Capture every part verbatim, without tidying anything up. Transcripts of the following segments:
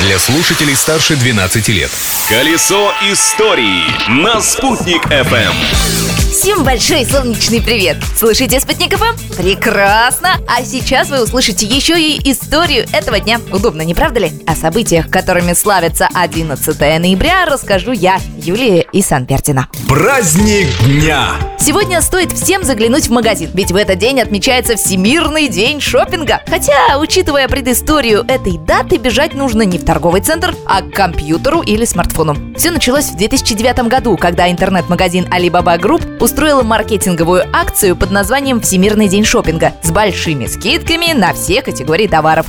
Для слушателей старше двенадцати лет. Колесо истории на Спутник эф эм. Всем большой солнечный привет! Слушайте Спутник эф эм? Прекрасно! А сейчас вы услышите еще и историю этого дня. Удобно, не правда ли? О событиях, которыми славится одиннадцатое ноября, расскажу я, Юлия Исанпердина. Праздник дня! Сегодня стоит всем заглянуть в магазин, ведь в этот день отмечается Всемирный день шопинга. Хотя, учитывая предысторию этой даты, бежать нужно не в торговый центр, а к компьютеру или смартфону. Все началось в две тысячи девятом году, когда интернет-магазин Alibaba Group устроила маркетинговую акцию под названием «Всемирный день шопинга» с большими скидками на все категории товаров.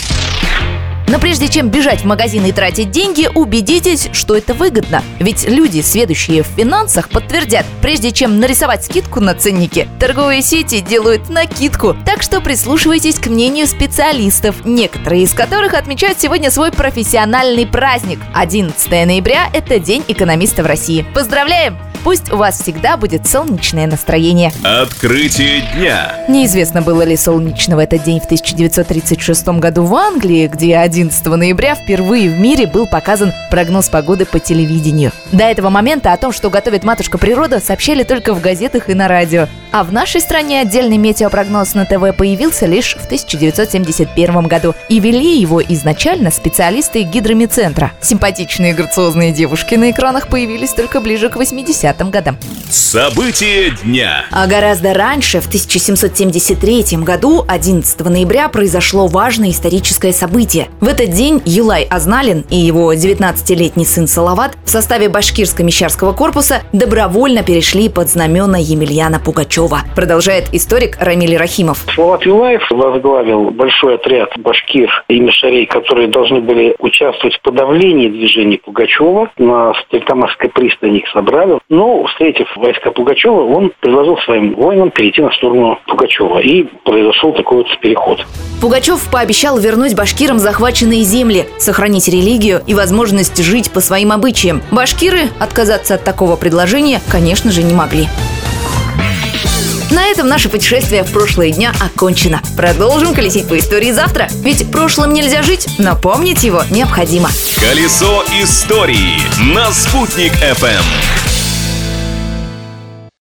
Но прежде чем бежать в магазин и тратить деньги, убедитесь, что это выгодно. Ведь люди, сведущие в финансах, подтвердят, прежде чем нарисовать скидку на ценнике, торговые сети делают накидку. Так что прислушивайтесь к мнению специалистов, некоторые из которых отмечают сегодня свой профессиональный праздник. одиннадцатое ноября – это День экономиста в России. Поздравляем! Пусть у вас всегда будет солнечное настроение. Открытие дня. Неизвестно, было ли солнечно в этот день в тысяча девятьсот тридцать шестом году в Англии, где одиннадцатого ноября впервые в мире был показан прогноз погоды по телевидению. До этого момента о том, что готовит матушка природа, сообщали только в газетах и на радио. А в нашей стране отдельный метеопрогноз на ТВ появился лишь в тысяча девятьсот семьдесят первом году. И вели его изначально специалисты гидромедцентра. Симпатичные грациозные девушки на экранах появились только ближе к восьмидесятым годам. События дня. А гораздо раньше, в тысяча семьсот семьдесят третьем году, одиннадцатого ноября, произошло важное историческое событие. В этот день Юлай Азналин и его девятнадцатилетний сын Салават в составе башкирско-мещерского корпуса добровольно перешли под знамена Емельяна Пугачева. Продолжает историк Рамиль Рахимов. Салават Юлаев возглавил большой отряд башкир и мещерей, которые должны были участвовать в подавлении движения Пугачева. На Стерлитамакской пристани их собрали. Но, встретив войска Пугачева, он предложил своим воинам перейти на сторону Пугачева. И произошел такой вот переход. Пугачев пообещал вернуть башкирам захваченные земли, сохранить религию и возможность жить по своим обычаям. Башкиры отказаться от такого предложения, конечно же, не могли. На этом наше путешествие в прошлые дня окончено. Продолжим колесить по истории завтра. Ведь прошлым нельзя жить, но помнить его необходимо. Колесо истории на Спутник эф эм.